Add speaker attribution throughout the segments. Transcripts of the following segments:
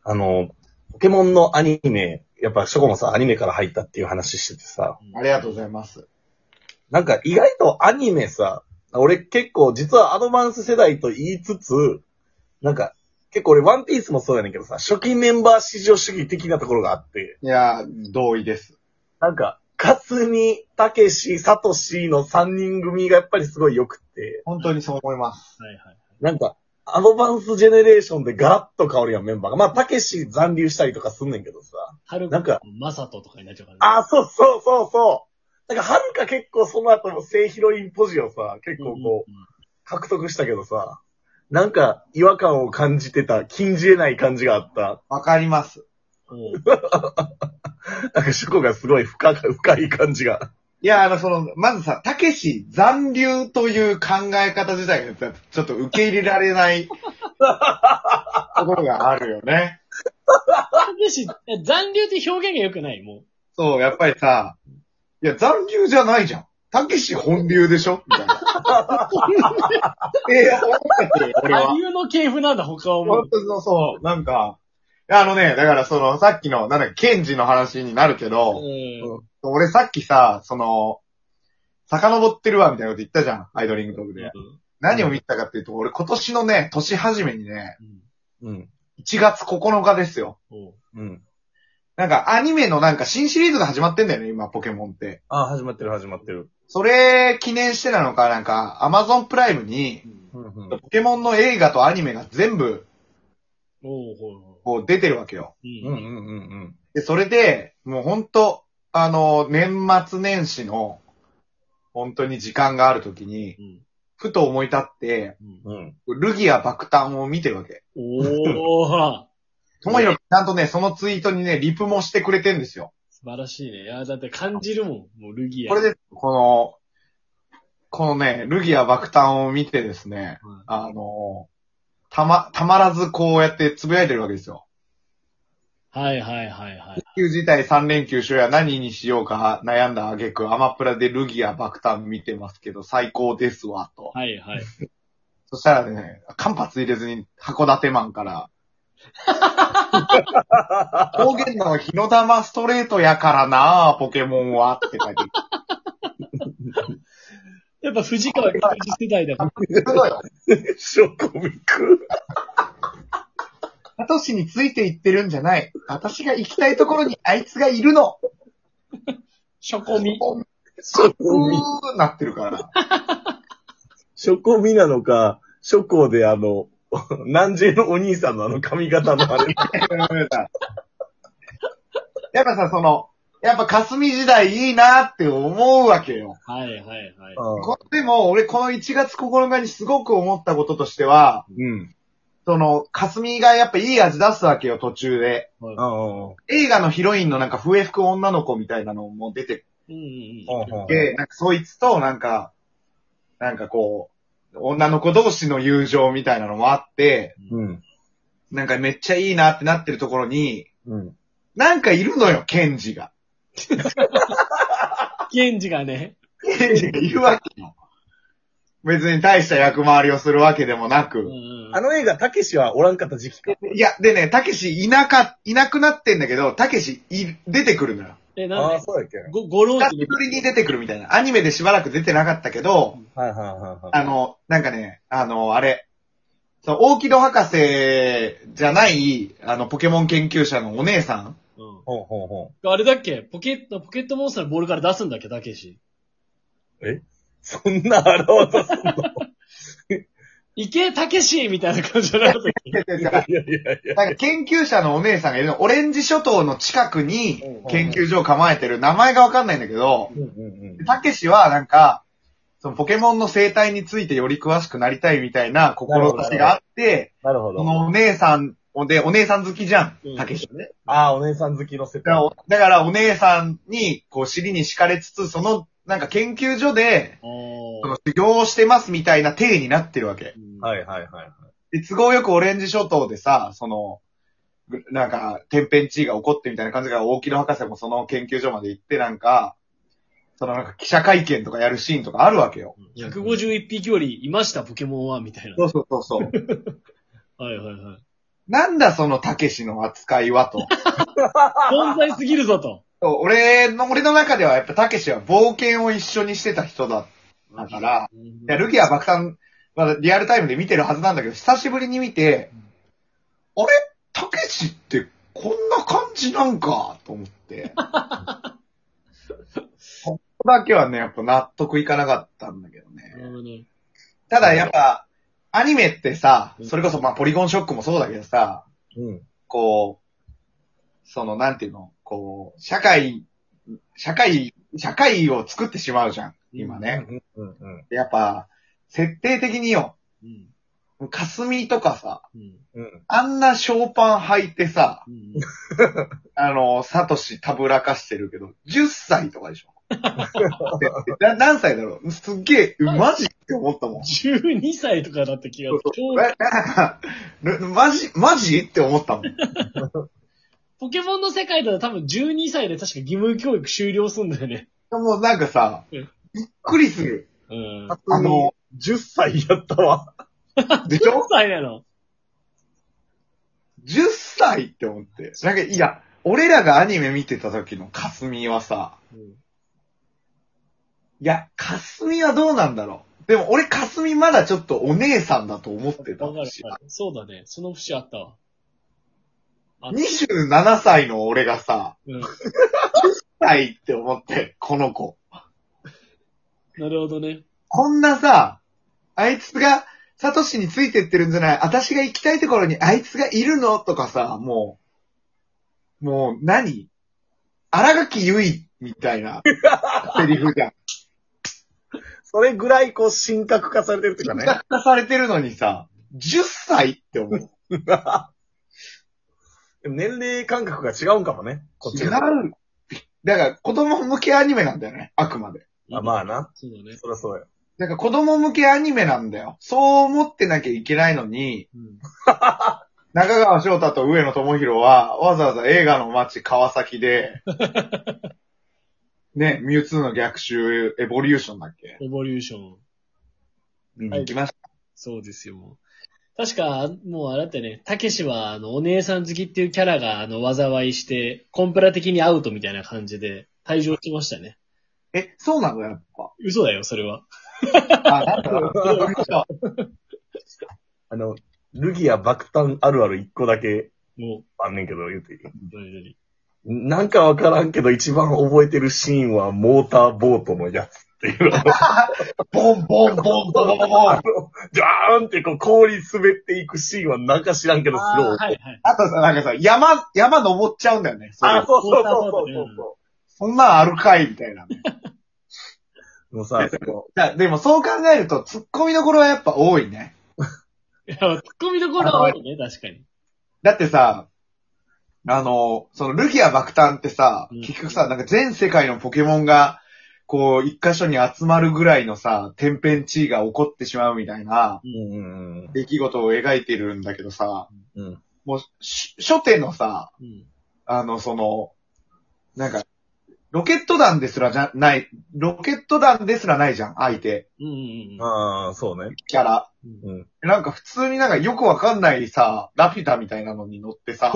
Speaker 1: ポケモンのアニメ、やっぱショコもさ、アニメから入ったっていう話しててさ、
Speaker 2: ありがとうございます。
Speaker 1: なんか意外とアニメさ、俺結構実はアドバンス世代と言いつつ、なんか結構俺ワンピースもそうやねんけどさ、初期メンバー至上主義的なところがあって、
Speaker 2: いや、同意です。
Speaker 1: なんか、かつみ、たけし、さとしの3人組がやっぱりすごい良くって、
Speaker 2: 本当にそう思います。
Speaker 3: はいはい。
Speaker 1: なんか、アドバンスジェネレーションでガラッと変わるやん、メンバーが。まあ、たけし残留したりとかすんねんけどさ。
Speaker 3: はる
Speaker 1: なんか、
Speaker 3: まさととかになっちゃうからね。
Speaker 1: あ、そうそうそうそう。なんか、はるか結構その後の正ヒロインポジをさ、結構こう、獲得したけどさ、なんか、違和感を感じてた、禁じ得ない感じがあった。
Speaker 2: わかります。
Speaker 1: なんか、ショコがすごい深い感じが。
Speaker 2: いや、まずさ、たけし残留という考え方自体がちょっと受け入れられないところがあるよね。
Speaker 3: たけし、残留って表現が良くないもう。
Speaker 2: そう、やっぱりさ、いや、残留じゃないじゃん。たけし本流でしょみたいな。思ってて、俺は。
Speaker 3: 下流の系譜なんだ、他はもう。
Speaker 2: 本当にそう、なんか、だからさっきの、ケンジの話になるけど、俺さっきさ、遡ってるわ、みたいなこと言ったじゃん。アイドリングトークで。何を見たかっていうと、俺今年のね、年始めにね、1月9日ですよ。なんかアニメの新シリーズが始まってんだよね、今、ポケモンって。
Speaker 1: あ、始まってる。
Speaker 2: それ記念してなのか、アマゾンプライムに、ポケモンの映画とアニメが全部、こう出てるわけよ。で、それで、もうほんと、年末年始の、本当に時間があるときに、ふと思い立って、ルギア爆誕を見てるわけ。ともひろちゃんとね、そのツイートにね、リプもしてくれてんですよ。
Speaker 3: 素晴らしいね。いや、だって感じるもん、もうルギア。
Speaker 2: これで、このね、ルギア爆誕を見てですね、たまらずこうやってつぶやいてるわけですよ。
Speaker 3: はい。
Speaker 2: 緊急事態3連休初夜何にしようか悩んだ挙句、アマプラでルギア爆誕見てますけど、最高ですわ、と。
Speaker 3: はい。
Speaker 2: そしたらね、間髪入れずに函館マンから、方言の火の玉ストレートやからなポケモンは、って書いてる。
Speaker 3: やっぱ藤川教授世代だから。
Speaker 1: ショコミク。
Speaker 2: サトシについていってるんじゃない。私が行きたいところにあいつがいるの。
Speaker 3: ショコミ。
Speaker 2: なってるから。
Speaker 1: ショコミなのか、ショコで南西のお兄さんの髪型のあれ。
Speaker 2: やっぱさ、やっぱ霞時代いいなって思うわけよ。
Speaker 3: はい。
Speaker 2: でも、俺この1月9日にすごく思ったこととしては、霞がやっぱいい味出すわけよ、途中で。映画のヒロインの笛吹く女の子みたいなのも出てで、そいつとこう、女の子同士の友情みたいなのもあって、めっちゃいいなってなってるところに、いるのよ、ケンジが。
Speaker 3: ケンジがね。
Speaker 2: ケンジがいるわけよ。別に大した役回りをするわけでもなく。
Speaker 1: あの映画、たけしはおらんかった時期か。
Speaker 2: いや、でね、たけしいなくなってんだけど、たけし出てくるのよ。
Speaker 3: なんで
Speaker 1: そうだっけ
Speaker 3: ゴロー
Speaker 2: 久しぶりに出てくるみたいな。アニメでしばらく出てなかったけど、あれ、大木戸博士じゃない、ポケモン研究者のお姉さん。
Speaker 3: あれだっけポケットモンスターのボールから出すんだっけたけし。
Speaker 1: そんな表すの
Speaker 2: 池たけしみたいな感じじゃなかったっけ研究者のお姉さんがいるの。オレンジ諸島の近くに研究所を構えてる。名前がわかんないんだけど、たけしはそのポケモンの生態についてより詳しくなりたいみたいな志があって、そのお姉さんで、お姉さん好きじゃん、たけしね。
Speaker 1: お姉さん好きの世界。
Speaker 2: だからお姉さんに尻に敷かれつつ、研究所で、修行をしてますみたいな体になってるわけ。で、都合よくオレンジ諸島でさ、天変地異が起こってみたいな感じが、大木戸博士もその研究所まで行って、記者会見とかやるシーンとかあるわけよ。
Speaker 3: 151匹よりいました、ポケモンは、みたいな。
Speaker 2: そう。
Speaker 3: はい。
Speaker 2: なんだそのたけしの扱いはと。
Speaker 3: 存在すぎるぞと。
Speaker 2: 俺の中ではやっぱたけしは冒険を一緒にしてた人だから、いや、ルギア爆誕はリアルタイムで見てるはずなんだけど、久しぶりに見て、あれたけしってこんな感じなんかと思って。ここだけはね、やっぱ納得いかなかったんだけどね。ただやっぱ、アニメってさ、それこそまあポリゴンショックもそうだけどさ、こう、そのなんていうの、こう、社会を作ってしまうじゃん、今ね。やっぱ、設定的によ、霞とかさ、あんなショーパン履いてさ、サトシたぶらかしてるけど、10歳とかでしょ。何歳だろうすっげえ、マジって思ったもん。
Speaker 3: 12歳とかだった気が
Speaker 2: する。マジって思ったもん。
Speaker 3: ポケモンの世界だと多分12歳で確か義務教育終了するんだよね。
Speaker 2: もうなんかさ、びっくりする。
Speaker 1: 10歳やったわ。
Speaker 2: でしょ
Speaker 3: ?10 歳なの
Speaker 2: ?10 歳って思って。なんか、いや、俺らがアニメ見てた時のかすみはさ、いや、かすみはどうなんだろう。でも俺かすみまだちょっとお姉さんだと思ってたし。
Speaker 3: そうだね。その節あったわ。
Speaker 2: 27歳の俺がさ、10歳って思って、この子。
Speaker 3: なるほどね。
Speaker 2: こんなさ、あいつが、サトシについてってるんじゃない、私が行きたいところにあいつがいるのとかさ、もう何荒垣結衣みたいなセリフじゃん。
Speaker 1: それぐらいこう神格化されてるっていうかね。
Speaker 2: 神格化されてるのにさ、10歳って思う。
Speaker 1: 年齢感覚が違うんかもね。
Speaker 2: こっち違う。だから子供向けアニメなんだよね、あくまで。
Speaker 1: まあな。
Speaker 3: そうだね。
Speaker 1: そりゃそうや。
Speaker 2: だから子供向けアニメなんだよ。そう思ってなきゃいけないのに、中川翔太と上野智弘は、わざわざ映画の街川崎で、ね、ミュウツーの逆襲、エボリューションだっけ？
Speaker 3: エボリューション。
Speaker 2: 見に行きました。
Speaker 3: そうですよ。確か、もうあれだってね、たけしは、お姉さん好きっていうキャラが、災いして、コンプラ的にアウトみたいな感じで、退場しましたね。
Speaker 2: そうなのやっぱ。
Speaker 3: 嘘だよ、それは。
Speaker 2: なんだ
Speaker 1: ルギア爆誕あるある1個だけ、あんねんけど、言うていい？なんかわからんけど、一番覚えてるシーンは、モーターボートのやつっていうの。
Speaker 2: ボンボンボンボンボンボン
Speaker 1: ジャーンってこう氷滑っていくシーンはなんか知らんけど、すごい。
Speaker 3: はいはい。
Speaker 2: あとさ、なんかさ、山登っちゃうんだよね。
Speaker 1: そうそうそうそう。
Speaker 2: そんなんあるかいみたいな。
Speaker 1: もうさ、
Speaker 2: でもそう考えると、ツッコミどころはやっぱ多いね。
Speaker 3: いや、ツッコミどころは多いね、確かに。
Speaker 2: だってさ、そのルギア爆誕ってさ、結局さ、なんか全世界のポケモンが、こう、一箇所に集まるぐらいのさ、天変地異が起こってしまうみたいな、出来事を描いてるんだけどさ、もう、初手のさ、なんか、ロケット弾ですらないじゃん、相手。
Speaker 1: ああ、そうね。
Speaker 2: キャラ。なんか普通になんかよくわかんないさ、ラピュタみたいなのに乗ってさ、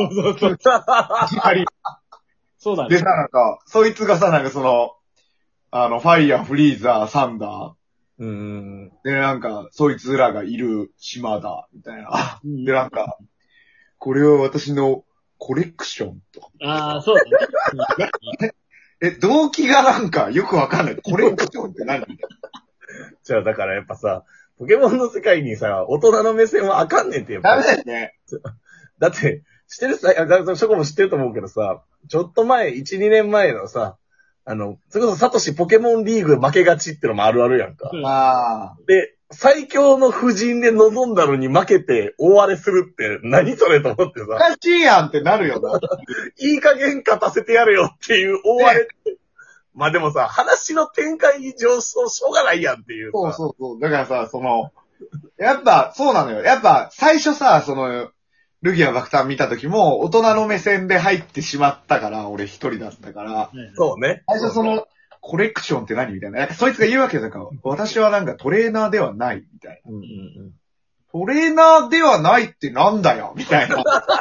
Speaker 3: そうだね。
Speaker 2: でさ、なんか、そいつがさ、なんかその、ファイヤー、フリーザー、サンダー。で、なんか、そいつらがいる島だ、みたいな。で、なんか、これは私のコレクションとか。
Speaker 3: ああ、そうだね。
Speaker 2: 動機がなんかよくわかんない。コレクションって何？
Speaker 1: じゃあだからやっぱさ、ポケモンの世界にさ、大人の目線はあかんねんってやっぱ。
Speaker 2: ダメだよね。
Speaker 1: だって、知ってるさ、そこも知ってると思うけどさ、ちょっと前、1、2年前のさ、それこそサトシポケモンリーグ負けがちってのもあるあるやんか。で、最強の布陣で臨んだのに負けて大荒れするって何それと思ってさ。
Speaker 2: おかしいやんってなるよな。
Speaker 1: いい加減勝たせてやるよっていう大荒れって。まあでもさ、話の展開上しょうがないやんっていうさ。
Speaker 2: そう。だからさ、やっぱ、そうなのよ。やっぱ、最初さ、ルギア爆誕見た時も、大人の目線で入ってしまったから、俺一人だったから。
Speaker 1: そうね。
Speaker 2: 最初コレクションって何みたいな。そいつが言うわけだから、私はなんかトレーナーではない、みたいな。 トレーナーではないってなんだよ、みたいな。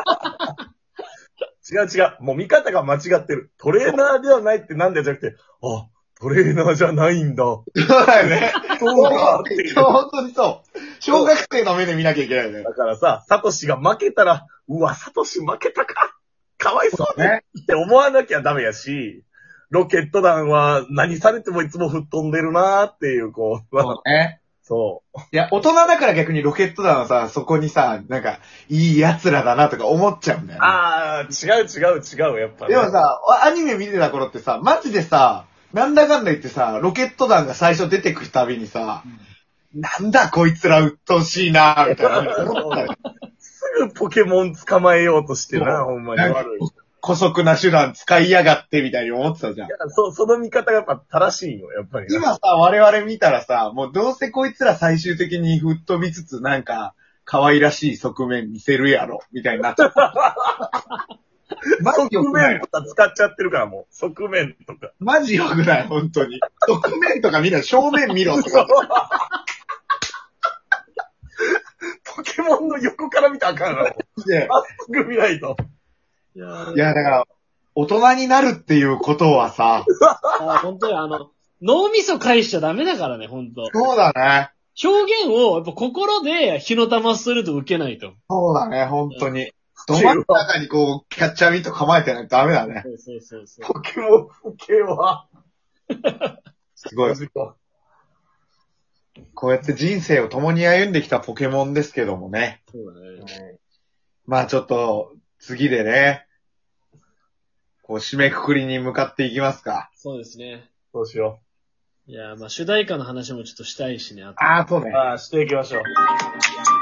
Speaker 1: 違う違う。もう見方が間違ってる。トレーナーではないってなんだよじゃなくて、あ、トレーナーじゃないんだ。
Speaker 2: そうだよね。
Speaker 1: そうかっていう。
Speaker 2: 本当にそう。小学生の目で見なきゃいけないよね。
Speaker 1: だからさ、サトシが負けたら、うわ、サトシ負けたか。かわいそうね。って思わなきゃダメやし、ロケット団は何されてもいつも吹っ飛んでるなーっていう、こう。
Speaker 2: そうね。
Speaker 1: そう。
Speaker 2: いや、大人だから逆にロケット団はさ、そこにさ、なんか、いい奴らだなとか思っちゃうんだよね。
Speaker 1: あー、違う、やっぱ、ね。
Speaker 2: でもさ、アニメ見てた頃ってさ、マジでさ、なんだかんだ言ってさ、ロケット団が最初出てくるたびにさ、なんだこいつら鬱陶しいなみたいな。
Speaker 1: すぐポケモン捕まえようとしてな、ほんまに悪い。
Speaker 2: 姑息な手段使いやがってみたいに思ってたじゃん。いや、
Speaker 1: その見方がやっぱ正しいよ、やっぱり。
Speaker 2: 今さ、我々見たらさ、もうどうせこいつら最終的に吹っ飛びつつなんか、可愛らしい側面見せるやろ、みたいになっちゃった。
Speaker 1: 側面とか使っちゃってるからもう。側面とか。
Speaker 2: マジ良くない、本当に。側面とか見ない、正面見ろとか。
Speaker 1: ポケモンの横から見たらあかんな。まっすぐ見ないと。
Speaker 2: いや、だから、大人になるっていうことはさ。
Speaker 3: 本当に脳みそ返しちゃダメだからね、本当。
Speaker 2: そうだね。
Speaker 3: 表現を、やっぱ心で火の玉すると受けないと。
Speaker 2: そうだね、本当に。ど真ん中にこう、キャッチャーミット構えてないとダメだね。
Speaker 3: そう。
Speaker 1: ポケモン受けは。
Speaker 2: すごい。こうやって人生を共に歩んできたポケモンですけどもね。
Speaker 3: そうだね。
Speaker 2: まあちょっと、次でね、こう締めくくりに向かっていきますか。
Speaker 3: そうですね。
Speaker 1: そうしよ
Speaker 3: う。いや、まあ主題歌の話もちょっとしたいしね。
Speaker 2: ああ、そうね。
Speaker 1: していきましょう。